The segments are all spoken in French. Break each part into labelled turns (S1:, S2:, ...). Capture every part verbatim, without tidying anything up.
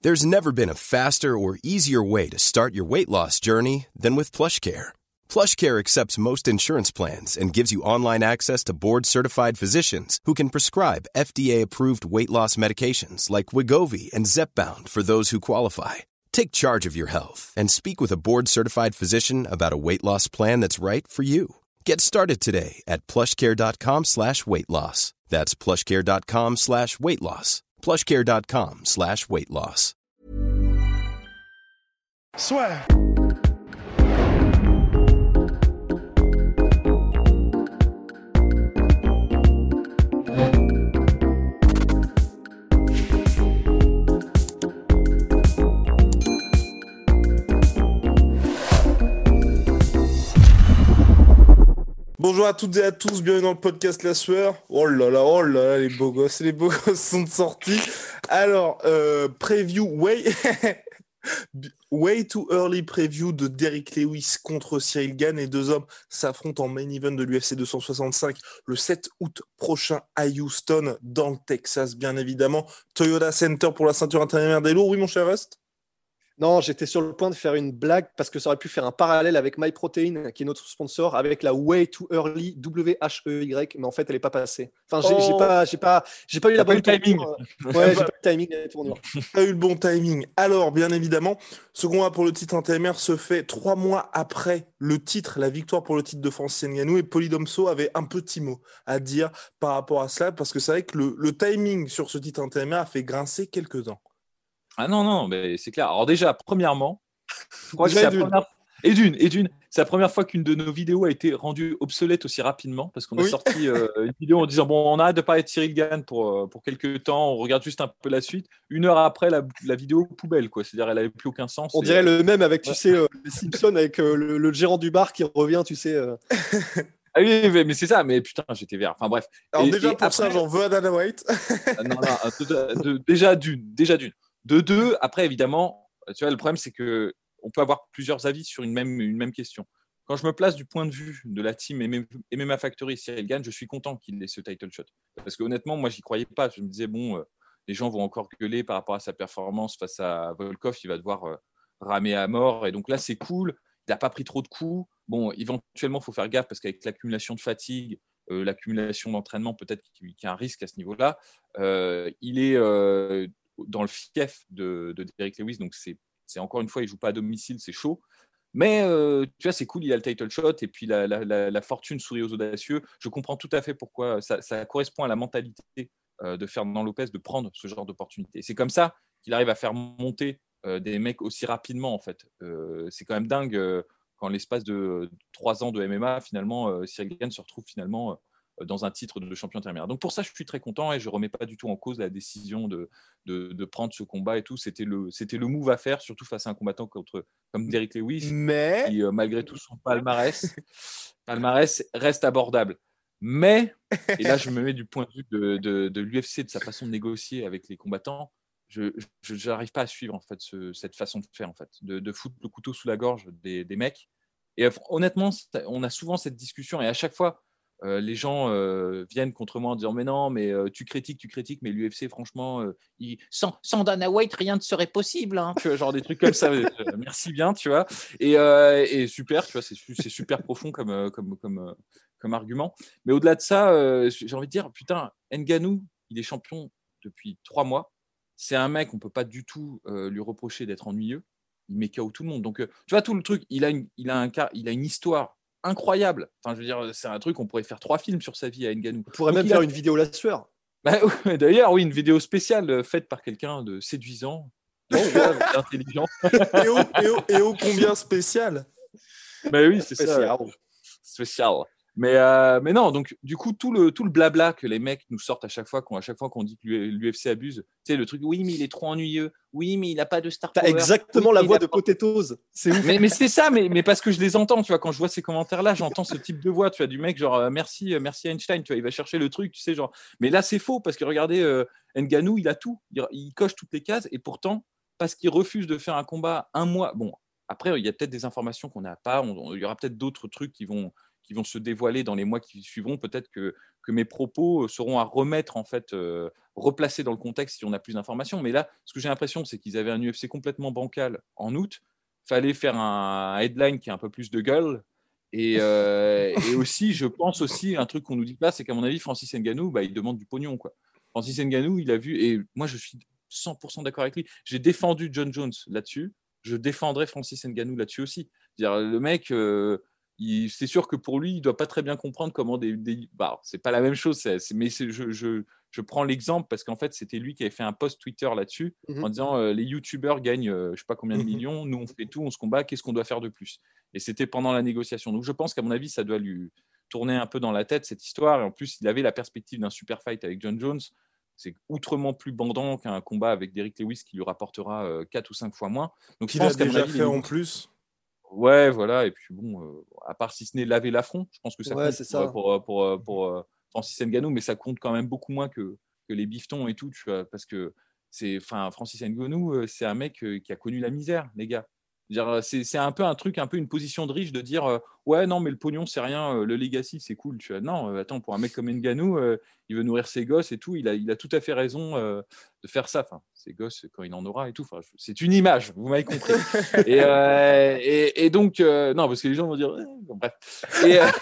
S1: There's never been a faster or easier way to start your weight loss journey than with PlushCare. PlushCare accepts most insurance plans and gives you online access to board-certified physicians who can prescribe F D A-approved weight loss medications like Wegovy and Zepbound for those who qualify. Take charge of your health and speak with a board-certified physician about a weight loss plan that's right for you. Get started today at plushcare.com slash weight loss. That's plushcare.com slash weight loss. plushcare.com slash weight loss.
S2: Swear. Bonjour à toutes et à tous, bienvenue dans le podcast La Sueur. Oh là là, oh là là, les beaux gosses, les beaux gosses sont sortis. Alors, euh, preview, way... way too early preview de Derrick Lewis contre Cyril Gane. Les deux hommes s'affrontent en main event de l'U F C deux cent soixante-cinq le sept août prochain à Houston, dans le Texas, bien évidemment. Toyota Center pour la ceinture intermédiaire des lourds. Oui, mon cher Rust?
S3: Non, j'étais sur le point de faire une blague parce que ça aurait pu faire un parallèle avec MyProtein, qui est notre sponsor, avec la Way Too Early, W H E Y, mais en fait, elle n'est pas passée. Enfin, j'ai, oh. j'ai, pas, j'ai, pas, j'ai pas eu la bonne
S4: timing.
S3: Ouais, j'ai pas eu le timing de la tournure.
S2: Pas eu le bon timing. Alors, bien évidemment, ce combat pour le titre intérimaire se fait trois mois après le titre, la victoire pour le titre de Francis Ngannou, et Polydomso avait un petit mot à dire par rapport à cela, parce que c'est vrai que le, le timing sur ce titre intérimaire a fait grincer quelques dents.
S4: Ah non, non, mais c'est clair. Alors déjà, premièrement, je crois que c'est la première... Et d'une, et d'une, c'est la première fois qu'une de nos vidéos a été rendue obsolète aussi rapidement, parce qu'on oui. a sorti euh, une vidéo en disant bon, on arrête de parler de Cyril Gane pour, euh, pour quelques temps, on regarde juste un peu la suite. Une heure après, la, la vidéo poubelle, quoi. C'est-à-dire, elle n'avait plus aucun sens.
S3: On
S4: et,
S3: dirait
S4: euh...
S3: le même avec, tu sais, euh, les Simpsons, avec euh, le, le gérant du bar qui revient, tu sais. Euh...
S4: Ah oui, mais c'est ça, mais putain, j'étais vert. Enfin bref.
S2: Alors
S4: et,
S2: déjà,
S4: et
S2: pour
S4: après...
S2: ça, j'en veux à Dana White.
S4: non, non, de, de, de, déjà d'une, déjà d'une. De deux, après, évidemment, tu vois, le problème, c'est qu'on peut avoir plusieurs avis sur une même, une même question. Quand je me place du point de vue de la team M M A Factory Cyril Gane, je suis content qu'il ait ce title shot. Parce que honnêtement, moi, j'y croyais pas. Je me disais, bon, euh, les gens vont encore gueuler par rapport à sa performance face à Volkov. Il va devoir euh, ramer à mort. Et donc là, c'est cool. Il n'a pas pris trop de coups. Bon, éventuellement, il faut faire gaffe parce qu'avec l'accumulation de fatigue, euh, l'accumulation d'entraînement, peut-être qu'il y a un risque à ce niveau-là. Euh, il est... Euh, dans le fief de, de Derrick Lewis, donc c'est, c'est encore une fois, il ne joue pas à domicile, c'est chaud. Mais euh, tu vois, c'est cool, il a le title shot, et puis la, la, la, la fortune sourit aux audacieux. Je comprends tout à fait pourquoi ça, ça correspond à la mentalité euh, de Fernand Lopez de prendre ce genre d'opportunité. C'est comme ça qu'il arrive à faire monter euh, des mecs aussi rapidement, en fait. Euh, c'est quand même dingue euh, quand l'espace de trois ans de M M A, finalement, euh, Cyril Gane se retrouve finalement... Euh, dans un titre de champion intermédiaire. Donc pour ça, je suis très content et je ne remets pas du tout en cause la décision de, de, de prendre ce combat et tout. C'était le, c'était le move à faire, surtout face à un combattant contre, comme Derrick Lewis,
S2: mais...
S4: qui, euh, malgré tout son palmarès, palmarès reste abordable. Mais, et là je me mets du point de vue de, de, de l'U F C, de sa façon de négocier avec les combattants, je n'arrive pas à suivre en fait, ce, cette façon de faire, en fait, de, de foutre le couteau sous la gorge des, des mecs. Et euh, honnêtement, on a souvent cette discussion et à chaque fois, Euh, les gens euh, viennent contre moi en disant mais non, mais euh, tu critiques, tu critiques, mais l'U F C, franchement, euh, il... sans, sans Dana White, rien ne serait possible. Hein. Tu vois, genre des trucs comme ça. euh, merci bien, tu vois. Et, euh, et super, tu vois, c'est, c'est super profond comme, comme, comme, comme argument. Mais au-delà de ça, euh, j'ai envie de dire, putain, Ngannou, il est champion depuis trois mois. C'est un mec, on ne peut pas du tout euh, lui reprocher d'être ennuyeux. Il met K O tout le monde. Donc, euh, tu vois, tout le truc, il a une, il a un cas, il a une histoire incroyable. Enfin, je veux dire, c'est un truc, on pourrait faire trois films sur sa vie à Ngannou.
S3: On pourrait Donc, même faire a... une vidéo La Sueur.
S4: Bah, d'ailleurs, oui, une vidéo spéciale faite par quelqu'un de séduisant, d'intelligent.
S2: Et oh, et, oh, et oh, combien spécial.
S4: Bah oui, c'est spécial. ça. Spécial. Mais, euh, mais non, donc du coup, tout le, tout le blabla que les mecs nous sortent à chaque fois, qu'on, à chaque fois qu'on dit que l'U F C abuse, tu sais, le truc, oui, mais il est trop ennuyeux, oui, mais il n'a pas de star power.
S3: T'as exactement
S4: oui,
S3: la voix de
S4: pas...
S3: Potatoes. C'est ouf.
S4: Mais, mais c'est ça, mais, mais parce que je les entends, tu vois, quand je vois ces commentaires-là, j'entends ce type de voix, tu vois, du mec, genre, euh, merci, euh, merci Einstein, tu vois, il va chercher le truc, tu sais, genre. Mais là, c'est faux, parce que regardez, euh, Ngannou, il a tout, il, il coche toutes les cases, et pourtant, parce qu'il refuse de faire un combat un mois, bon, après, il y a peut-être des informations qu'on n'a pas, on, on, il y aura peut-être d'autres trucs qui vont qui vont se dévoiler dans les mois qui suivront. Peut-être que, que mes propos seront à remettre, en fait, euh, replacer dans le contexte si on a plus d'informations. Mais là, ce que j'ai l'impression, c'est qu'ils avaient un U F C complètement bancal en août. Fallait faire un headline qui a un peu plus de gueule. Et, euh, et aussi, je pense aussi, un truc qu'on nous dit pas, c'est qu'à mon avis, Francis Ngannou, bah, il demande du pognon, quoi. Francis Ngannou, il a vu, et moi, je suis cent pour cent d'accord avec lui. J'ai défendu John Jones là-dessus. Je défendrai Francis Ngannou là-dessus aussi. C'est-à-dire, le mec, euh, il, c'est sûr que pour lui, il doit pas très bien comprendre comment des, des bah, c'est pas la même chose. C'est, c'est, mais c'est, je, je, je prends l'exemple parce qu'en fait, c'était lui qui avait fait un post Twitter là-dessus
S3: Mhm.
S4: en disant euh, les YouTubeurs gagnent, euh, je sais pas combien de millions. Nous, on fait tout, on se combat. Qu'est-ce qu'on doit faire de plus? Et c'était pendant la négociation. Donc, je pense qu'à mon avis, ça doit lui tourner un peu dans la tête cette histoire. Et en plus, il avait la perspective d'un super fight avec John Jones. C'est outrement plus bandant qu'un combat avec Derrick Lewis qui lui rapportera euh, quatre ou cinq fois moins. Donc, je
S2: Qu'il a
S4: pense qu'à mon
S2: déjà
S4: avis,
S2: fait
S4: les
S2: en
S4: négociations-
S2: plus.
S4: Ouais, voilà. Et puis bon, euh, à part si ce n'est laver l'affront, je pense que ça
S3: Ouais,
S4: compte
S3: c'est
S4: pour,
S3: ça.
S4: pour, pour, pour, pour, euh, Francis Ngannou, mais ça compte quand même beaucoup moins que, que les bifetons et tout, tu vois, parce que c'est, enfin, Francis Ngannou, euh, c'est un mec euh, qui a connu la misère, les gars. Dire, c'est, c'est un peu un truc, un peu une position de riche de dire euh, ouais, non, mais le pognon, c'est rien, euh, le legacy, c'est cool. Tu vois. Non, euh, attends, pour un mec comme Ngannou, euh, il veut nourrir ses gosses et tout, il a, il a tout à fait raison euh, de faire ça. Enfin, ses gosses, quand il en aura et tout. Enfin, je- c'est une image, vous m'avez compris. Et, euh, et, et donc, euh, non, parce que les gens vont dire, ouais, bon, bref. Et, euh,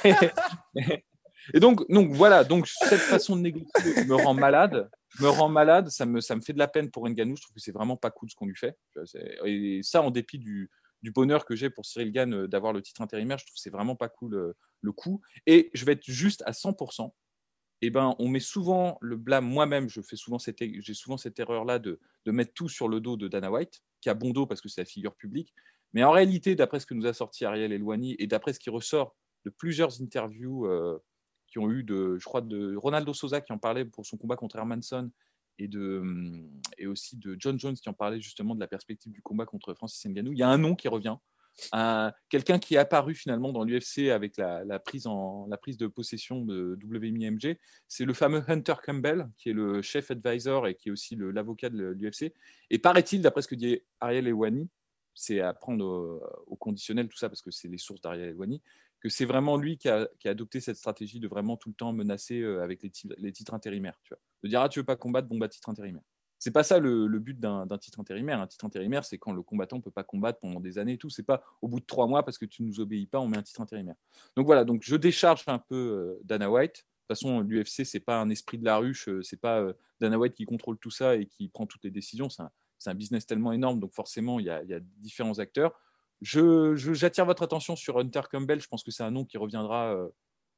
S4: et donc, donc, voilà, donc cette façon de négocier me rend malade, me rend malade, ça me, ça me fait de la peine pour Ngannou, je trouve que c'est vraiment pas cool ce qu'on lui fait. Tu vois, c'est- Et ça, en dépit du, du bonheur que j'ai pour Cyril Gane euh, d'avoir le titre intérimaire, je trouve que c'est vraiment pas cool euh, le coup. Et je vais être juste à cent pour cent. Eh ben, on met souvent le blâme, moi-même, je fais souvent cette, j'ai souvent cette erreur-là de, de mettre tout sur le dos de Dana White, qui a bon dos parce que c'est la figure publique. Mais en réalité, d'après ce que nous a sorti Ariel Helwani et d'après ce qui ressort de plusieurs interviews euh, qui ont eu de, je crois, de Ronaldo Souza qui en parlait pour son combat contre Hermanson et, de, et aussi de John Jones qui en parlait justement de la perspective du combat contre Francis Ngannou, il y a un nom qui revient. Un, quelqu'un qui est apparu finalement dans l'U F C avec la, la, prise en, la prise de possession de W M I M G, c'est le fameux Hunter Campbell, qui est le chef advisor et qui est aussi le, l'avocat de l'U F C. Et paraît-il, d'après ce que dit Ariel Helwani, c'est à prendre au, au conditionnel tout ça, parce que c'est les sources d'Ariel Helwani, que c'est vraiment lui qui a, qui a adopté cette stratégie de vraiment tout le temps menacer avec les, titres, les titres intérimaires. Tu vois. De dire, ah, tu veux pas combattre, bon, bah, titre intérimaire. C'est pas ça le, le but d'un, d'un titre intérimaire. Un titre intérimaire, c'est quand le combattant ne peut pas combattre pendant des années et tout. C'est pas au bout de trois mois parce que tu ne nous obéis pas, on met un titre intérimaire. Donc voilà, donc je décharge un peu euh, Dana White. De toute façon, l'U F C, c'est pas un esprit de la ruche, euh, c'est pas euh, Dana White qui contrôle tout ça et qui prend toutes les décisions. C'est un, c'est un business tellement énorme, donc forcément, il y a, il y a différents acteurs. Je, je, j'attire votre attention sur Hunter Campbell. Je pense que c'est un nom qui reviendra euh,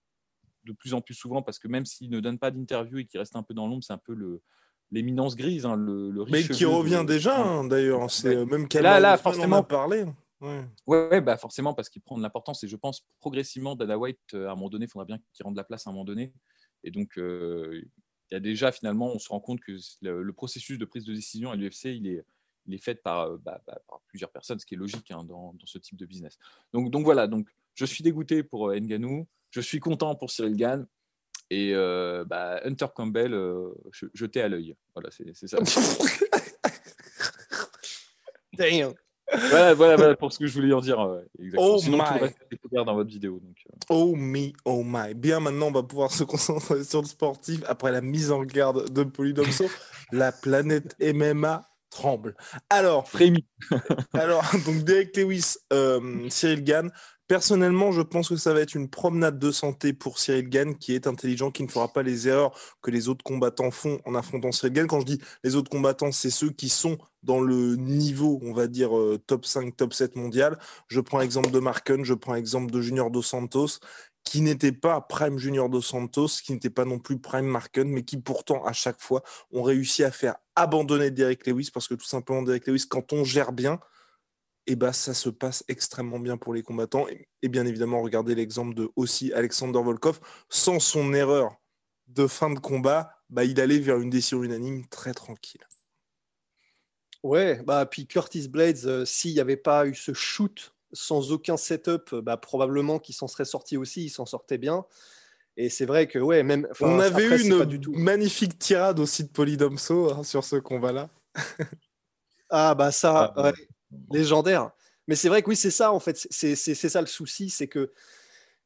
S4: de plus en plus souvent parce que même s'il ne donne pas d'interview et qu'il reste un peu dans l'ombre, c'est un peu le l'éminence grise, hein, le, le
S2: Mais qui revient
S4: de...
S2: déjà, hein, d'ailleurs. C'est
S4: ouais.
S2: euh, même
S4: Là, là,
S2: Cameron
S4: forcément,
S2: en a parlé. Ouais.
S4: Ouais, bah forcément, parce qu'il prend de l'importance. Et je pense progressivement, Dana White, à un moment donné, il faudra bien qu'il rende la place à un moment donné. Et donc, euh, il y a déjà, finalement, on se rend compte que le, le processus de prise de décision à l'U F C, il est, il est fait par, bah, bah, par plusieurs personnes, ce qui est logique hein, dans, dans ce type de business. Donc, donc voilà, donc, je suis dégoûté pour euh, Ngannou. Je suis content pour Cyril Gane. Et euh, bah, Hunter Campbell, euh, jeté à l'œil. Voilà, c'est, c'est ça.
S3: Damn.
S4: Voilà, voilà, voilà, pour ce que je voulais en dire. Ouais, exactement.
S2: Oh
S4: Sinon,
S2: my.
S4: tout le reste est découvert dans votre vidéo. Donc, euh.
S2: Oh me, oh my. Bien, maintenant, on va pouvoir se concentrer sur le sportif après la mise en garde de Polydomso. La planète M M A tremble. Alors,
S4: Frémy.
S2: alors donc Derrick Lewis, euh, Cyril Gane. Personnellement, je pense que ça va être une promenade de santé pour Cyril Gane, qui est intelligent, qui ne fera pas les erreurs que les autres combattants font en affrontant Cyril Gane. Quand je dis les autres combattants, c'est ceux qui sont dans le niveau, on va dire, euh, top cinq, top sept mondial. Je prends l'exemple de Marken, je prends l'exemple de Junior Dos Santos, qui n'était pas Prime Junior Dos Santos, qui n'était pas non plus Prime Marken, mais qui pourtant, à chaque fois, ont réussi à faire abandonner Derrick Lewis, parce que tout simplement, Derrick Lewis, quand on gère bien, et bah, ça se passe extrêmement bien pour les combattants. Et, et bien évidemment, regardez l'exemple de aussi Alexander Volkov. Sans son erreur de fin de combat, bah, il allait vers une décision unanime très tranquille.
S3: Ouais, bah, puis Curtis Blades, euh, s'il n'y avait pas eu ce shoot sans aucun setup, bah, probablement qu'il s'en serait sorti aussi, il s'en sortait bien. Et c'est vrai que, ouais, même.
S2: On avait
S3: après,
S2: eu une
S3: pas du tout...
S2: magnifique tirade aussi de Polydomso hein, sur ce combat-là.
S3: Ah, bah ça,
S4: Ah,
S3: ouais, légendaire. Mais c'est vrai que oui, c'est ça, en fait. C'est, c'est, c'est ça le souci, c'est que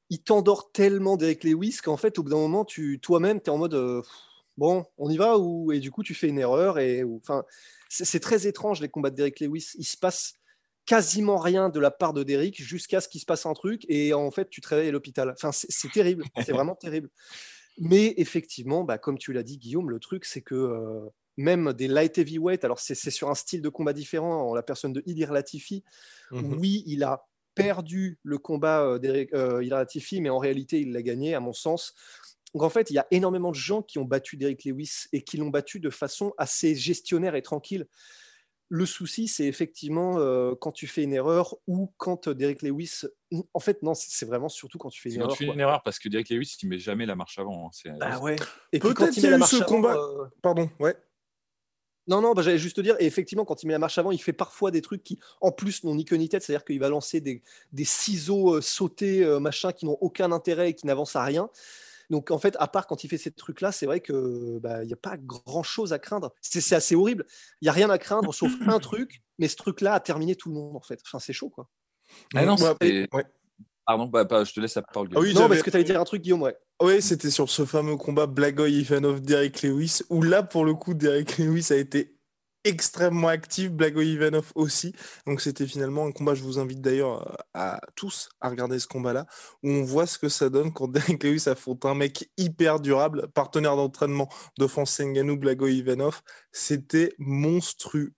S3: il t'endort tellement Derrick Lewis qu'en fait, au bout d'un moment, tu, toi-même, tu es en mode euh, bon, on y va ou et du coup, tu fais une erreur. Et, ou, c'est, c'est très étrange les combats de Derrick Lewis. Il se passe quasiment rien de la part de Derrick jusqu'à ce qu'il se passe un truc et en fait, tu te réveilles à l'hôpital. Enfin, c'est, c'est terrible. C'est vraiment terrible. Mais effectivement, bah, comme tu l'as dit, Guillaume, le truc, c'est que euh, même des light heavyweight, alors c'est, c'est sur un style de combat différent, en la personne de Ilir Latifi, mm-hmm. oui, il a perdu le combat euh, d'Ilir euh, Latifi, mais en réalité, il l'a gagné, à mon sens. Donc en fait, il y a énormément de gens qui ont battu Derrick Lewis et qui l'ont battu de façon assez gestionnaire et tranquille. Le souci, c'est effectivement euh, quand tu fais une erreur ou quand euh, Derrick Lewis. En fait, non, c'est vraiment surtout quand tu fais une
S4: c'est
S3: erreur.
S4: Quand tu fais une erreur, parce que Derrick Lewis, il met jamais la marche avant. Hein. C'est,
S3: ah ouais.
S2: Et puis quand il met la marche avant, combat... euh... pardon, ouais.
S3: Non, non, bah, j'allais juste te dire, et effectivement, quand il met la marche avant, il fait parfois des trucs qui, en plus, n'ont ni queue ni tête, c'est-à-dire qu'il va lancer des, des ciseaux euh, sautés, euh, machin, qui n'ont aucun intérêt et qui n'avancent à rien. Donc, en fait, à part quand il fait ces trucs-là, c'est vrai qu'il bah, n'y a pas grand-chose à craindre. C'est, c'est assez horrible. Il n'y a rien à craindre, sauf un truc, mais ce truc-là a terminé tout le monde, en fait. Enfin, c'est chaud, quoi.
S4: Ah non, c'est... Ouais. Pardon, bah, bah, je te laisse la parole.
S3: Ah oui, non, parce que tu allais dire un truc, Guillaume, ouais.
S2: Oui, c'était sur ce fameux combat Blagoy-Ivanov-Derrick Lewis, où là, pour le coup, Derrick Lewis a été extrêmement actif, Blagoy-Ivanov aussi. Donc c'était finalement un combat, je vous invite d'ailleurs à tous à regarder ce combat-là, où on voit ce que ça donne quand Derrick Lewis affronte un mec hyper durable, partenaire d'entraînement de Francis Ngannou, Blagoy-Ivanov. C'était monstrueux.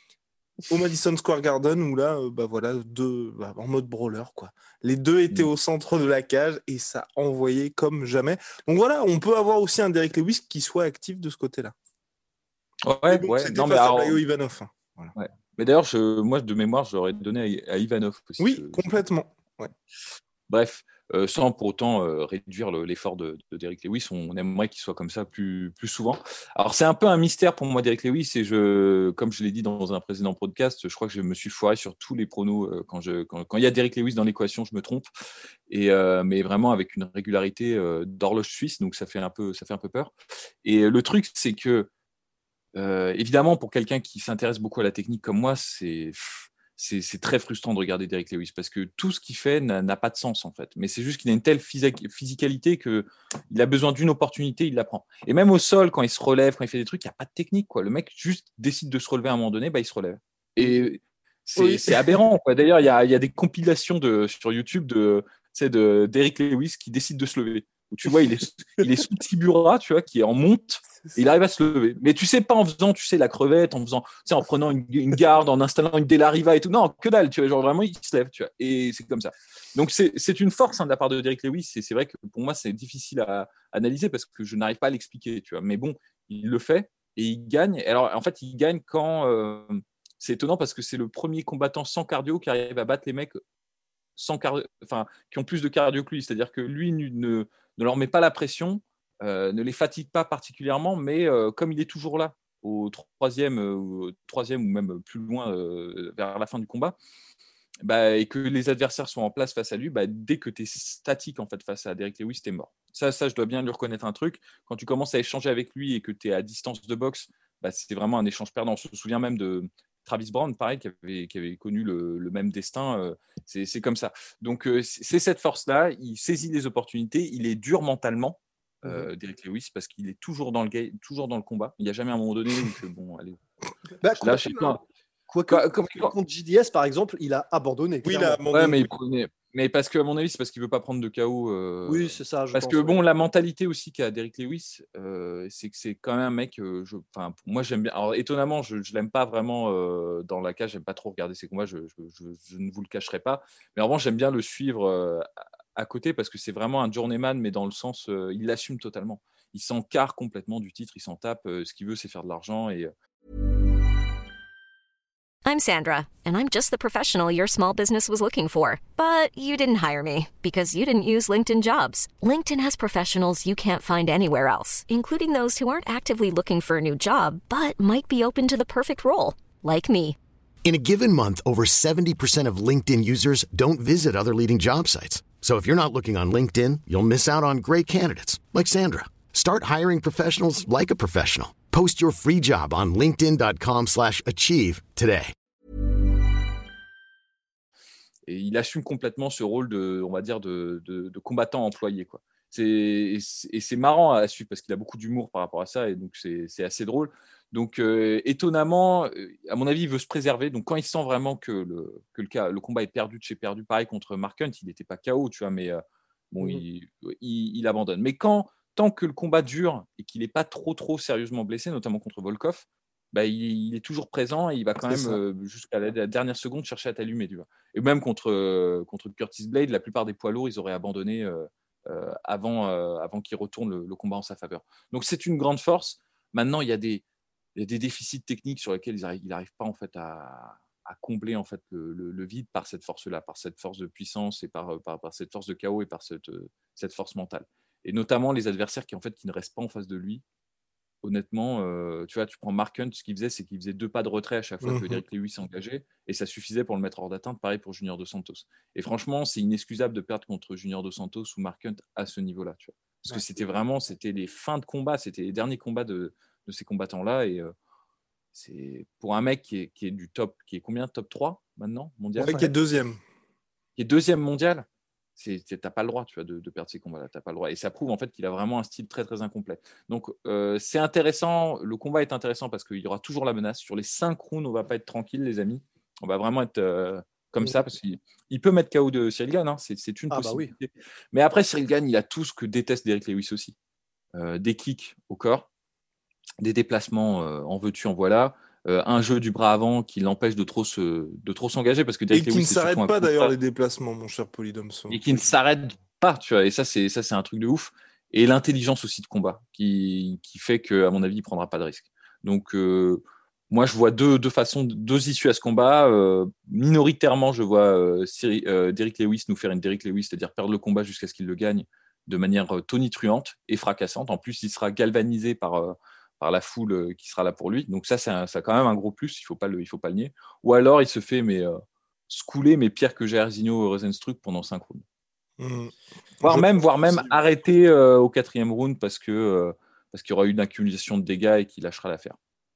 S2: Au Madison Square Garden, où là, euh, bah voilà, deux, bah, en mode brawler, quoi. Les deux étaient mmh. au centre de la cage et ça envoyait comme jamais. Donc voilà, on peut avoir aussi un Derrick Lewis qui soit actif de ce côté-là.
S4: Ouais,
S2: bon,
S4: ouais.
S2: C'était
S4: non,
S2: face
S4: mais
S2: à
S4: alors...
S2: Blagoy-Ivanov. Hein. Voilà.
S4: Ouais. Mais d'ailleurs, je, moi, de mémoire, j'aurais donné à, à Ivanov aussi.
S2: Oui,
S4: je,
S2: complètement. Ouais.
S4: Bref, euh, sans pour autant euh, réduire le, l'effort de, de Derrick Lewis, on aimerait qu'il soit comme ça plus, plus souvent. Alors, c'est un peu un mystère pour moi, Derrick Lewis, et je, comme je l'ai dit dans un précédent podcast, je crois que je me suis foiré sur tous les pronos. Euh, quand, je, quand, quand il y a Derrick Lewis dans l'équation, je me trompe, et, euh, mais vraiment avec une régularité euh, d'horloge suisse, donc ça fait un peu, ça fait un peu peur. Et le truc, c'est que Euh, évidemment, pour quelqu'un qui s'intéresse beaucoup à la technique comme moi, c'est, c'est, c'est très frustrant de regarder Derrick Lewis parce que tout ce qu'il fait n'a, n'a pas de sens en fait. Mais c'est juste qu'il a une telle physique, physicalité qu'il a besoin d'une opportunité, il la prend. Et même au sol, quand il se relève, quand il fait des trucs, il n'y a pas de technique, quoi. Le mec juste décide de se relever à un moment donné, bah, il se relève. Et c'est, oui. c'est aberrant, quoi. D'ailleurs, il y a, il y a des compilations de, sur YouTube de, de, Derrick Lewis qui décide de se lever. Où tu vois, il est, il est sous Tibura, tu vois, qui est en monte, et il arrive à se lever. Mais tu sais pas en faisant, tu sais, la crevette, en faisant, tu sais, en prenant une, une garde, en installant une De La Riva et tout. Non, que dalle, tu vois, genre vraiment, il se lève, tu vois. Et c'est comme ça. Donc, c'est, c'est une force hein, de la part de Derrick Lewis, et c'est vrai que pour moi, c'est difficile à analyser parce que je n'arrive pas à l'expliquer, tu vois. Mais bon, il le fait, et il gagne. Alors, en fait, il gagne quand, euh, c'est étonnant parce que c'est le premier combattant sans cardio qui arrive à battre les mecs sans cardio, enfin, qui ont plus de cardio que lui. C'est-à-dire que lui ne, ne ne leur met pas la pression, euh, ne les fatigue pas particulièrement, mais euh, comme il est toujours là, au troisième, euh, troisième ou même plus loin euh, vers la fin du combat, bah, et que les adversaires sont en place face à lui, bah, dès que tu es statique en fait, face à Derrick Lewis, tu es mort. Ça, ça, je dois bien lui reconnaître un truc. Quand tu commences à échanger avec lui et que tu es à distance de boxe, bah, c'était vraiment un échange perdant. On se souvient même de Travis Brown, pareil, qui avait, qui avait connu le, le même destin. Euh, c'est, c'est comme ça. Donc, euh, c'est cette force-là. Il saisit les opportunités. Il est dur mentalement, euh, Derrick Lewis, parce qu'il est toujours dans le, ga- toujours dans le combat. Il n'y a jamais un moment donné où que, bon, allez.
S3: Bah,
S4: là, je sais pas.
S3: Quoique, quoi, comme, contre J D S, par exemple, il a abandonné.
S2: Oui, il a abandonné.
S4: Ouais, mais, il prenait... mais parce que, à mon avis, c'est parce qu'il ne veut pas prendre de K O. Euh...
S3: Oui, c'est ça. Je
S4: parce
S3: pense,
S4: que,
S3: ouais.
S4: bon, la mentalité aussi qu'a Derrick Lewis, euh, c'est que c'est quand même un mec. Euh, je... enfin, moi, j'aime bien. Alors, étonnamment, je ne l'aime pas vraiment euh, dans la cage. Je n'aime pas trop regarder ses combats. Je, je, je, je ne vous le cacherai pas. Mais en revanche, j'aime bien le suivre euh, à côté parce que c'est vraiment un journeyman, mais dans le sens, euh, il l'assume totalement. Il s'encarre complètement du titre. Il s'en tape. Euh, ce qu'il veut, c'est faire de l'argent. Et. Euh...
S5: I'm Sandra, and I'm just the professional your small business was looking for. But you didn't hire me because you didn't use LinkedIn Jobs. LinkedIn has professionals you can't find anywhere else, including those who aren't actively looking for a new job, but might be open to the perfect role, like me.
S6: In a given month, over seventy percent of LinkedIn users don't visit other leading job sites. So if you're not looking on LinkedIn, you'll miss out on great candidates, like Sandra. Start hiring professionals like a professional. Post your free job on linkedin dot com slash achieve today.
S4: et il assume complètement ce rôle de, on va dire, de, de, de combattant employé, quoi. C'est, et c'est marrant à suivre parce qu'il a beaucoup d'humour par rapport à ça et donc c'est, c'est assez drôle. Donc euh, étonnamment, à mon avis, il veut se préserver. Donc quand il sent vraiment que le, que le, cas, le combat est perdu de chez perdu, pareil contre Mark Hunt, il n'était pas K O, tu vois, mais euh, bon, mmh. il, il, il abandonne. Mais quand, tant que le combat dure et qu'il n'est pas trop trop sérieusement blessé, notamment contre Volkov, bah, il, il est toujours présent et il va quand c'est même euh, jusqu'à la, la dernière seconde chercher à t'allumer, tu vois. Et même contre, euh, contre Curtis Blade, la plupart des poids lourds, ils auraient abandonné. Euh, Euh, avant, euh, avant qu'il retourne le, le combat en sa faveur. Donc c'est une grande force. Maintenant, il y a des, il y a des déficits techniques sur lesquels il n'arrive pas en fait, à, à combler en fait, le, le, le vide par cette force-là, par cette force de puissance et par, par, par cette force de K O et par cette, cette force mentale. Et notamment les adversaires qui, en fait, qui ne restent pas en face de lui. Honnêtement, euh, tu vois, tu prends Mark Hunt, ce qu'il faisait, c'est qu'il faisait deux pas de retrait à chaque fois mm-hmm. que Derrick Lewis s'engageait, et ça suffisait pour le mettre hors d'atteinte. Pareil pour Junior Dos Santos. Et franchement, c'est inexcusable de perdre contre Junior Dos Santos ou Mark Hunt à ce niveau-là, tu vois. Parce ouais, que c'était vraiment, c'était les fins de combat, c'était les derniers combats de, de ces combattants-là, et euh, c'est pour un mec qui est, qui est du top, qui est combien, top trois maintenant mondial,
S2: ouais, qui est deuxième,
S4: qui est deuxième mondial. C'est, c'est, t'as pas le droit, tu vois, de, de perdre ces combats-là. T'as pas le droit. Et ça prouve en fait qu'il a vraiment un style très très incomplet. Donc euh, c'est intéressant. Le combat est intéressant parce qu'il y aura toujours la menace. Sur les cinq rounds, on va pas être tranquille, les amis. On va vraiment être euh, comme oui. ça parce qu'il il peut mettre K O de Cyril Gane. Hein. C'est, c'est une ah, possibilité. Bah oui. Mais après, Cyril Gane, il a tout ce que déteste Derrick Lewis aussi. Euh, des kicks au corps, des déplacements euh, en veux-tu, en voilà. Euh, un jeu du bras avant qui l'empêche de trop, se, de trop s'engager parce que
S2: Derrick et qui Lewis, ne s'arrête pas d'ailleurs les déplacements, mon cher Polydomso.
S4: Et qui ne s'arrête pas, tu vois. Et ça c'est, ça, c'est un truc de ouf. Et l'intelligence aussi de combat qui, qui fait qu'à mon avis, il ne prendra pas de risque. Donc, euh, moi, je vois deux, deux façons, deux issues à ce combat. Euh, minoritairement, je vois euh, Cyril, euh, Derrick Lewis nous faire une Derrick Lewis, c'est-à-dire perdre le combat jusqu'à ce qu'il le gagne de manière euh, tonitruante et fracassante. En plus, il sera galvanisé par... Euh, par la foule qui sera là pour lui. Donc ça, c'est, un, c'est quand même un gros plus, il ne faut pas le, il faut pas le nier. Ou alors, il se fait mais, euh, scouler, mais pire que Jairzinho Rozenstruik pendant cinq rounds. Mmh. Voire, même, voire même arrêter euh, au quatrième round parce, que, euh, parce qu'il y aura eu une accumulation de dégâts et qu'il lâchera l'affaire.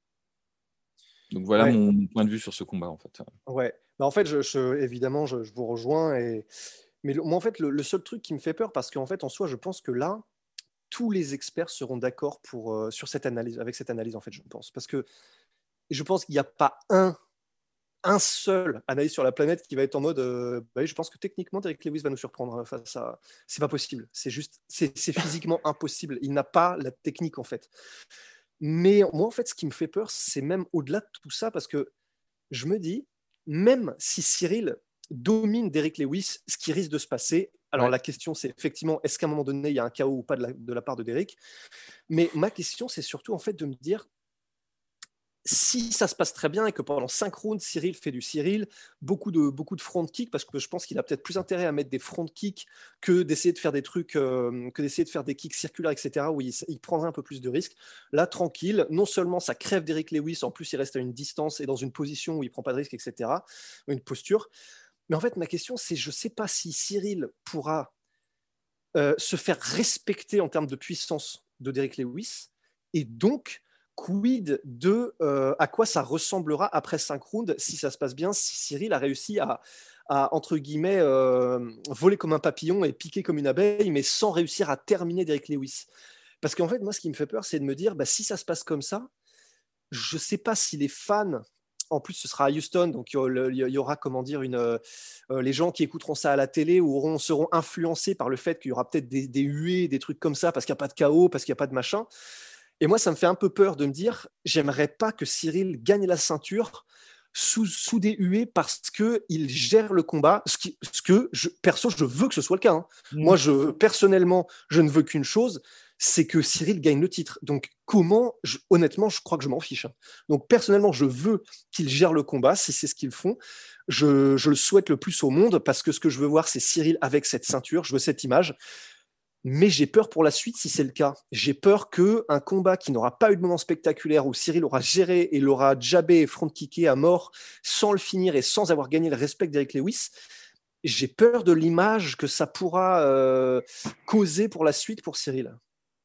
S4: Donc voilà ouais. mon point de vue sur ce combat, en fait.
S3: Ouais, bah, en fait, je, je, évidemment, je, je vous rejoins. Et... Mais le, moi, en fait, le, le seul truc qui me fait peur, parce qu'en fait, en soi, je pense que là, tous les experts seront d'accord pour, euh, sur cette analyse, avec cette analyse, en fait, je pense. Parce que je pense qu'il n'y a pas un, un seul analyste sur la planète qui va être en mode euh, bah, je pense que techniquement, Derrick Lewis va nous surprendre face à... C'est pas possible. C'est juste, c'est, c'est physiquement impossible. Il n'a pas la technique, en fait. Mais moi, en fait, ce qui me fait peur, c'est même au-delà de tout ça, parce que je me dis, même si Cyril domine Derrick Lewis, ce qui risque de se passer. Alors, ouais. la question, c'est effectivement, est-ce qu'à un moment donné, il y a un K O ou pas de la, de la part de Derrick ? Mais ma question, c'est surtout en fait de me dire, si ça se passe très bien et que pendant cinq rounds, Cyril fait du Cyril, beaucoup de, beaucoup de front kick, parce que je pense qu'il a peut-être plus intérêt à mettre des front kicks que d'essayer de faire des trucs, euh, que d'essayer de faire des kicks circulaires, et cetera, où il, il prendrait un peu plus de risques. Là, tranquille, non seulement ça crève Derrick Lewis, en plus il reste à une distance et dans une position où il ne prend pas de risque, et cetera, une posture. Mais en fait, ma question, c'est je ne sais pas si Cyril pourra euh, se faire respecter en termes de puissance de Derrick Lewis, et donc, quid de euh, à quoi ça ressemblera après cinq rounds si ça se passe bien, si Cyril a réussi à, à entre guillemets, euh, voler comme un papillon et piquer comme une abeille, mais sans réussir à terminer Derrick Lewis. Parce qu'en fait, moi, ce qui me fait peur, c'est de me dire, bah, si ça se passe comme ça, je ne sais pas si les fans... En plus, ce sera à Houston, donc il y aura, comment dire, une, euh, les gens qui écouteront ça à la télé ou auront, seront influencés par le fait qu'il y aura peut-être des, des huées, des trucs comme ça, parce qu'il n'y a pas de K O, parce qu'il n'y a pas de machin. Et moi, ça me fait un peu peur de me dire, j'aimerais pas que Cyril gagne la ceinture sous, sous des huées parce qu'il gère le combat, ce, qui, ce que, je, perso, je veux que ce soit le cas. Hein. Mmh. Moi, je, personnellement, je ne veux qu'une chose, c'est que Cyril gagne le titre. Donc, comment, je, honnêtement, je crois que je m'en fiche. Hein. Donc, personnellement, je veux qu'il gère le combat, si c'est ce qu'ils font. Je, je le souhaite le plus au monde, parce que ce que je veux voir, c'est Cyril avec cette ceinture. Je veux cette image. Mais j'ai peur pour la suite si c'est le cas. J'ai peur qu'un combat qui n'aura pas eu de moment spectaculaire, où Cyril aura géré et l'aura jabé et front-kické à mort, sans le finir et sans avoir gagné le respect d'Derrick Lewis, j'ai peur de l'image que ça pourra euh, causer pour la suite pour Cyril.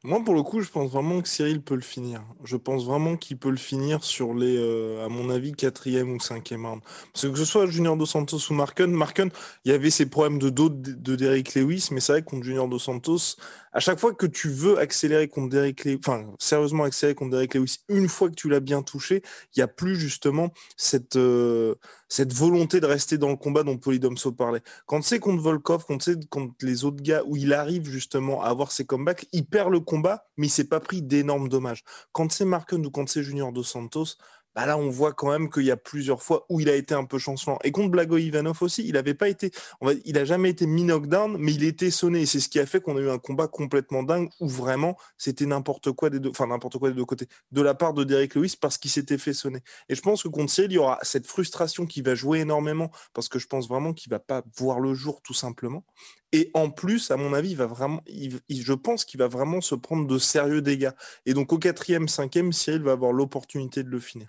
S2: Moi, pour le coup, je pense vraiment que Cyril peut le finir. Je pense vraiment qu'il peut le finir sur les, euh, à mon avis, quatrième ou cinquième round. Parce que que ce soit Junior Dos Santos ou Marken, Marken, il y avait ces problèmes de dos de, de Derrick Lewis, mais c'est vrai que contre Junior Dos Santos, à chaque fois que tu veux accélérer contre Derrick Lewis, enfin, sérieusement accélérer contre Derrick Lewis, une fois que tu l'as bien touché, il n'y a plus justement cette, euh, cette volonté de rester dans le combat dont Polydomso parlait. Quand c'est contre Volkov, quand c'est contre les autres gars où il arrive justement à avoir ses comebacks, il perd le combat, mais il s'est pas pris d'énormes dommages. Quand c'est Marken ou quand c'est Junior Dos Santos, bah là on voit quand même qu'il y a plusieurs fois où il a été un peu chancelant. Et contre Blago Ivanov aussi, il avait pas été, on va, il a jamais été mis knockdown, mais il était sonné. Et c'est ce qui a fait qu'on a eu un combat complètement dingue où vraiment c'était n'importe quoi des deux, enfin n'importe quoi des deux côtés, de la part de Derrick Lewis parce qu'il s'était fait sonner. Et je pense que contre Cyril, il y aura cette frustration qui va jouer énormément parce que je pense vraiment qu'il va pas voir le jour tout simplement. Et en plus, à mon avis, il va vraiment, il, il, je pense qu'il va vraiment se prendre de sérieux dégâts. Et donc au quatrième, cinquième, Cyril va avoir l'opportunité de le finir.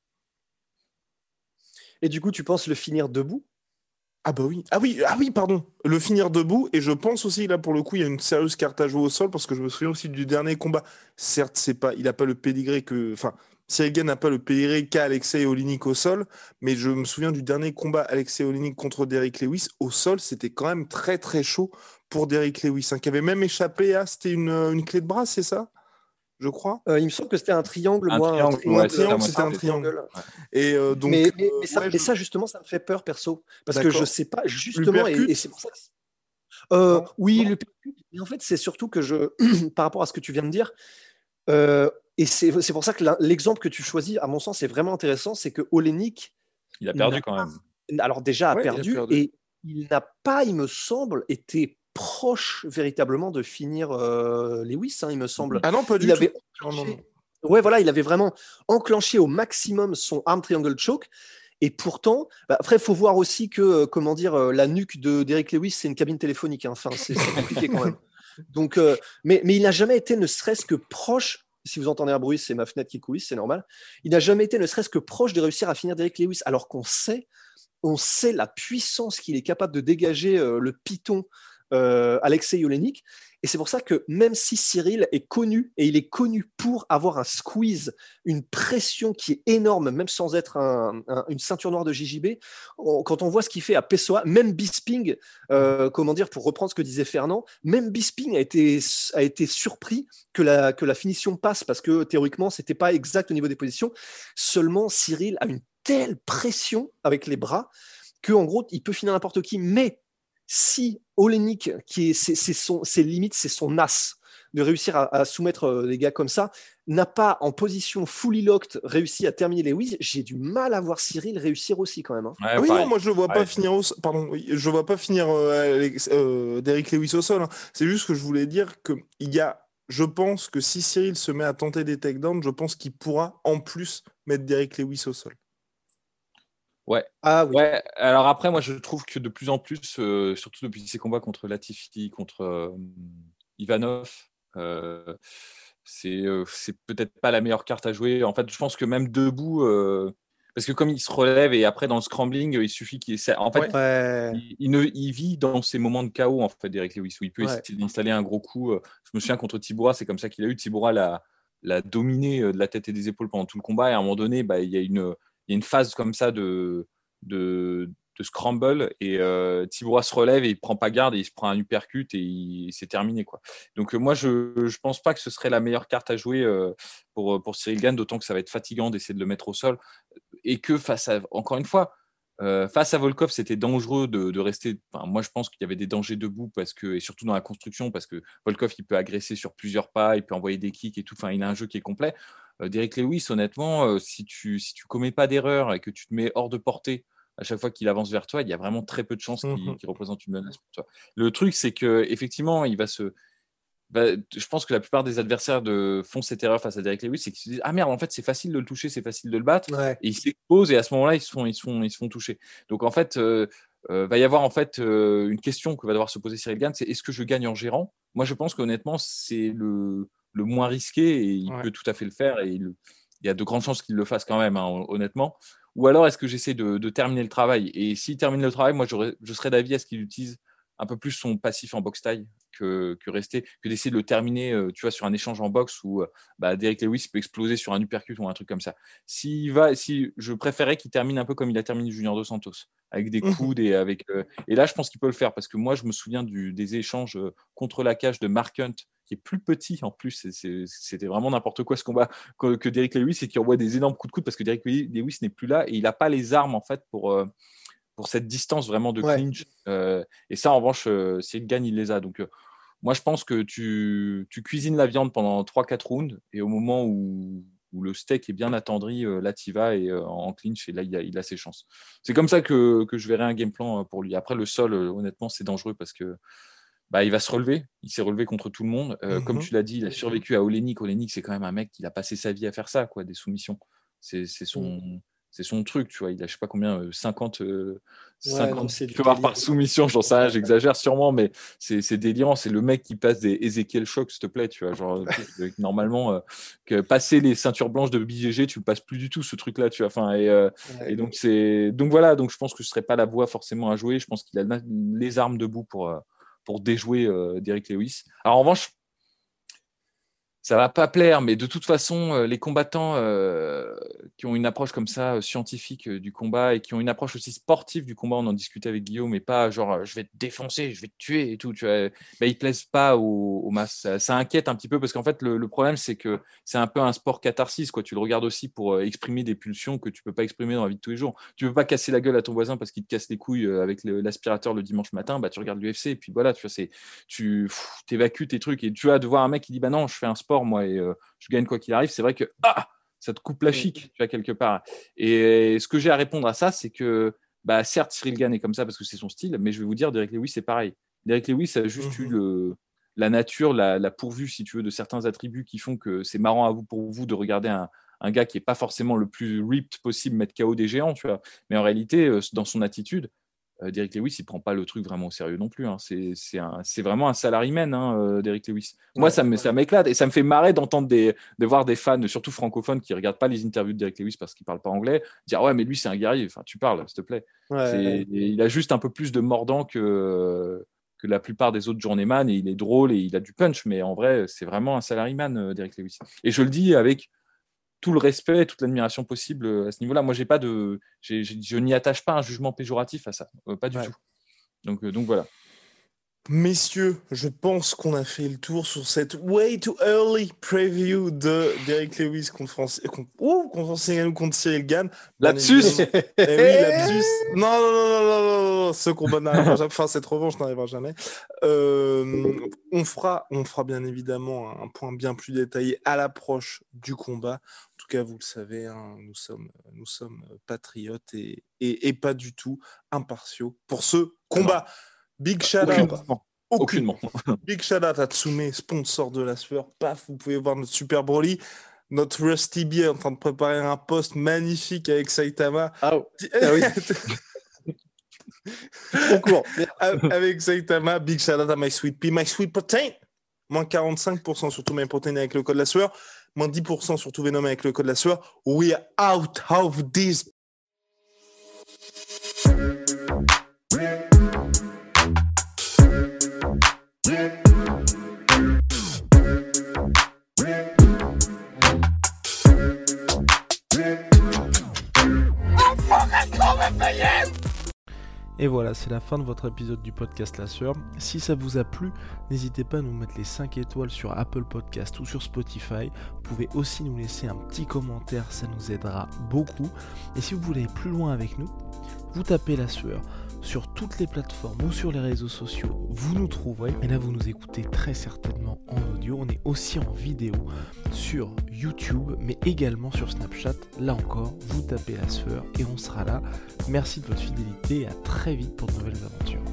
S3: Et du coup, tu penses le finir debout?
S2: Ah bah oui, ah oui, ah oui, pardon, le finir debout. Et je pense aussi, là, pour le coup, il y a une sérieuse carte à jouer au sol parce que je me souviens aussi du dernier combat. Certes, c'est pas, il n'a pas le pédigré que, enfin, Cyril Gane n'a pas le pédigré qu'a Alexei Oleinik au sol, mais je me souviens du dernier combat Alexei Oleinik contre Derrick Lewis au sol, c'était quand même très très chaud pour Derrick Lewis, hein, qui avait même échappé à, c'était une, une clé de bras, c'est ça? Je crois.
S3: Euh, il me semble que c'était un triangle.
S4: Un
S3: moi,
S4: triangle,
S3: un triangle,
S4: ouais,
S2: un triangle, c'était un triangle. Ouais. Et euh, donc,
S3: mais, mais, mais,
S2: euh,
S3: ça,
S2: ouais,
S3: mais
S2: je...
S3: ça, justement, ça me fait peur, perso. Parce
S2: D'accord.
S3: que je sais pas, justement, et, et c'est pour ça que... Euh,
S2: non,
S3: oui,
S2: non.
S3: le percute. Mais en fait, c'est surtout que je, par rapport à ce que tu viens de dire, euh, et c'est, c'est pour ça que l'exemple que tu choisis, à mon sens, est vraiment intéressant, c'est que Oleinik...
S4: Il a perdu
S3: n'a
S4: quand même.
S3: Pas, alors déjà, a,
S2: ouais,
S3: perdu,
S2: il a perdu,
S3: et il n'a pas, il me semble, été proche véritablement de finir euh, Lewis, hein, il me semble.
S2: Ah non, pas du
S3: il
S2: tout.
S3: Avait
S2: non, non, non.
S3: Ouais, voilà, il avait vraiment enclenché au maximum son arm triangle choke. Et pourtant, bah, après, il faut voir aussi que, euh, comment dire, euh, la nuque de Derrick Lewis, c'est une cabine téléphonique. Hein. Enfin, c'est, c'est compliqué quand même. Donc, euh, mais, mais il n'a jamais été ne serait-ce que proche. Si vous entendez un bruit, c'est ma fenêtre qui couisse, c'est normal. Il n'a jamais été ne serait-ce que proche de réussir à finir Derrick Lewis, alors qu'on sait, on sait la puissance qu'il est capable de dégager euh, le python euh, Alexei Oleinik. Et c'est pour ça que même si Cyril est connu, et il est connu pour avoir un squeeze, une pression qui est énorme, même sans être un, un, une ceinture noire de J J B, on, quand on voit ce qu'il fait à Pessoa, même Bisping, euh, comment dire, pour reprendre ce que disait Fernand, même Bisping a été, a été surpris que la, que la finition passe, parce que théoriquement, c'était pas exact au niveau des positions. Seulement, Cyril a une telle pression avec les bras qu'en gros, il peut finir n'importe qui, mais si Oleinik, qui est, c'est, c'est son, ses limites, c'est son as de réussir à, à soumettre des gars comme ça, n'a pas en position fully locked réussi à terminer Lewis, j'ai du mal à voir Cyril réussir aussi quand même. Hein.
S2: Ouais, oui, pareil. Non, moi je vois ouais. pas finir au, pardon, je vois pas finir euh, euh, Derrick Lewis au sol. Hein. C'est juste que je voulais dire que il y a, je pense que si Cyril se met à tenter des takedowns, je pense qu'il pourra en plus mettre Derrick Lewis au sol.
S4: Ouais.
S3: Ah, oui.
S4: ouais. Alors après, moi, je trouve que de plus en plus, euh, surtout depuis ses combats contre Latifi, contre euh, Ivanov, euh, c'est, euh, c'est peut-être pas la meilleure carte à jouer. En fait, je pense que même debout, euh, parce que comme il se relève et après dans le scrambling, il suffit qu'il essaie. En fait,
S3: ouais.
S4: il, il, ne, il vit dans ces moments de chaos, en fait, Derrick Lewis, où il peut ouais. essayer d'installer un gros coup. Je me souviens contre Tibura, c'est comme ça qu'il a eu. Tibura l'a, l'a dominé de la tête et des épaules pendant tout le combat. Et à un moment donné, bah, il y a une. Il y a une phase comme ça de, de, de scramble et euh, Tibura se relève et il ne prend pas garde et il se prend un uppercut et, il, et c'est terminé. Quoi. Donc euh, moi, je ne pense pas que ce serait la meilleure carte à jouer euh, pour, pour Cyril Gane, d'autant que ça va être fatigant d'essayer de le mettre au sol et que face à, encore une fois, euh, face à Volkov, c'était dangereux de, de rester. Enfin, moi, je pense qu'il y avait des dangers debout parce que, et surtout dans la construction, parce que Volkov, il peut agresser sur plusieurs pas, il peut envoyer des kicks et tout. Enfin, il a un jeu qui est complet. Euh, Derrick Lewis, honnêtement, euh, si tu si tu commets pas d'erreur et que tu te mets hors de portée à chaque fois qu'il avance vers toi, il y a vraiment très peu de chances qu'il, mm-hmm. qu'il représente une menace pour toi. Le truc, c'est que effectivement, il va se. Bah, je pense que la plupart des adversaires de, font cette erreur face à Derrick Lewis, c'est qu'ils se disent ah merde, en fait c'est facile de le toucher, c'est facile de le battre,
S3: ouais.
S4: et ils s'exposent et à ce moment-là ils se font ils se font ils se font toucher. Donc en fait, euh, euh, va y avoir en fait euh, une question que va devoir se poser Cyril Gane, c'est est-ce que je gagne en gérant ? Moi je pense qu'honnêtement c'est le le moins risqué et il ouais. peut tout à fait le faire et il, il y a de grandes chances qu'il le fasse quand même, hein, honnêtement. Ou alors est-ce que j'essaie de, de terminer le travail ? Et s'il termine le travail, moi j'aurais, je serais d'avis à ce qu'il utilise un peu plus son passif en boxe taille que, que rester, que d'essayer de le terminer, euh, tu vois, sur un échange en boxe où euh, bah, Derrick Lewis peut exploser sur un uppercut ou un truc comme ça. S'il va, si, je préférais qu'il termine un peu comme il a terminé Junior Dos Santos, avec des coudes et avec. Euh, et là, je pense qu'il peut le faire parce que moi, je me souviens du, des échanges euh, contre la cage de Mark Hunt, qui est plus petit en plus. C'est, c'est, c'était vraiment n'importe quoi ce combat que, que Derrick Lewis et qui envoie des énormes coups de coude parce que Derrick Lewis n'est plus là et il n'a pas les armes en fait pour. Euh, pour cette distance vraiment de clinch. Ouais. Euh, et ça, en revanche, euh, s'il gagne, il les a. Donc, euh, moi, je pense que tu, tu cuisines la viande pendant trois quatre rounds et au moment où, où le steak est bien attendri, euh, là, tu y vas et, euh, en clinch et là, il a, il a ses chances. C'est comme ça que, que je verrai un game plan pour lui. Après, le sol, euh, honnêtement, c'est dangereux parce que bah, il va se relever. Il s'est relevé contre tout le monde. Euh, mm-hmm. Comme tu l'as dit, il a survécu à Oleinik. Oleinik, c'est quand même un mec qui a passé sa vie à faire ça, quoi, des soumissions. C'est, c'est son... Mm. C'est son truc, tu vois. Il a, je sais pas combien, cinquante, euh, ouais, cinquante victoires par soumission, j'en sais rien, j'exagère sûrement, mais c'est, c'est délirant. C'est le mec qui passe des Ezekiel Shock, s'il te plaît, tu vois. Genre, normalement, euh, que passer les ceintures blanches de B J J, tu le passes plus du tout, ce truc-là, tu vois. Enfin, et, euh, ouais. et donc, c'est. Donc voilà, donc je pense que ce serait pas la voie forcément à jouer. Je pense qu'il a les armes debout pour, pour déjouer euh, Derrick Lewis. Alors, en revanche, ça va pas plaire, mais de toute façon, euh, les combattants euh, qui ont une approche comme ça, euh, scientifique euh, du combat et qui ont une approche aussi sportive du combat, on en discutait avec Guillaume, mais pas genre euh, je vais te défoncer, je vais te tuer et tout, tu vois, bah, ils plaisent pas aux, aux masses. Ça, ça inquiète un petit peu parce qu'en fait, le, le problème, c'est que c'est un peu un sport catharsis, quoi. Tu le regardes aussi pour euh, exprimer des pulsions que tu peux pas exprimer dans la vie de tous les jours. Tu peux pas casser la gueule à ton voisin parce qu'il te casse les couilles euh, avec le, l'aspirateur le dimanche matin, bah tu regardes l'U F C et puis voilà, tu vois, c'est, tu pff, t'évacues tes trucs et tu vois, de voir un mec qui dit bah non, je fais un sport moi et euh, je gagne quoi qu'il arrive, c'est vrai que ah, ça te coupe la chic, tu vois, quelque part. Et ce que j'ai à répondre à ça, c'est que bah, certes, Cyril Gane est comme ça parce que c'est son style, mais je vais vous dire, Derrick Lewis, c'est pareil. Derrick Lewis a juste mm-hmm. eu le, la nature, la, la pourvue, si tu veux, de certains attributs qui font que c'est marrant à vous, pour vous de regarder un, un gars qui n'est pas forcément le plus ripped possible mettre K O des géants, tu vois. Mais en réalité, euh, dans son attitude, Euh, Derrick Lewis, il prend pas le truc vraiment au sérieux non plus. Hein. C'est, c'est, un, c'est vraiment un salaryman, hein, euh, Derrick Lewis. Moi, ouais, ça, me, ouais. ça m'éclate et ça me fait marrer d'entendre des, de voir des fans, surtout francophones, qui regardent pas les interviews de Derrick Lewis parce qu'il parle pas anglais, dire ouais, mais lui, c'est un guerrier. Enfin, tu parles, s'il te plaît. Ouais, c'est, ouais. Il a juste un peu plus de mordant que que la plupart des autres journeyman et il est drôle et il a du punch, mais en vrai, c'est vraiment un salaryman, euh, Derrick Lewis. Et je le dis avec tout le respect, toute l'admiration possible à ce niveau-là. Moi, j'ai pas de, j'ai, j'ai, je n'y attache pas un jugement péjoratif à ça, euh, pas du ouais. tout. Donc, euh, donc voilà.
S2: Messieurs, je pense qu'on a fait le tour sur cette way too early preview de Derrick Lewis contre France, contre, ouh, contre France Ngannou contre Cyril Gane.
S4: Lapsus.
S2: Eh oui, lapsus. Non, non, non, non, non, non, ce combat n'arrivera jamais. Enfin, cette revanche n'arrivera jamais. Euh, on fera, on fera bien évidemment un point bien plus détaillé à l'approche du combat. En tout cas, vous le savez, hein, nous sommes, nous sommes patriotes et, et, et pas du tout impartiaux pour ce combat. Non. Big shout out.
S4: Aucunement.
S2: Big shout out à Tsume, sponsor de la sueur. Paf, vous pouvez voir notre Super Broly. Notre Rusty B est en train de préparer un post magnifique avec Saitama.
S3: Ah, oh. ah oui. Trop court.
S2: Avec Saitama, big shout out à My Sweet Pea, My Sweet Protein. Moins quarante-cinq pour cent sur tout My Protein avec le code la sueur. Moins dix pour cent sur tout Venom avec le code la sueur. We are out of this.
S7: Et voilà, c'est la fin de votre épisode du podcast La Sueur. Si ça vous a plu, n'hésitez pas à nous mettre les cinq étoiles sur Apple Podcast ou sur Spotify. Vous pouvez aussi nous laisser un petit commentaire, ça nous aidera beaucoup. Et si vous voulez aller plus loin avec nous, vous tapez La Sueur sur toutes les plateformes ou sur les réseaux sociaux, vous nous trouverez. Et là, vous nous écoutez très certainement en audio. On est aussi en vidéo sur YouTube, mais également sur Snapchat. Là encore, vous tapez La Sueur et on sera là. Merci de votre fidélité et à très vite pour de nouvelles aventures.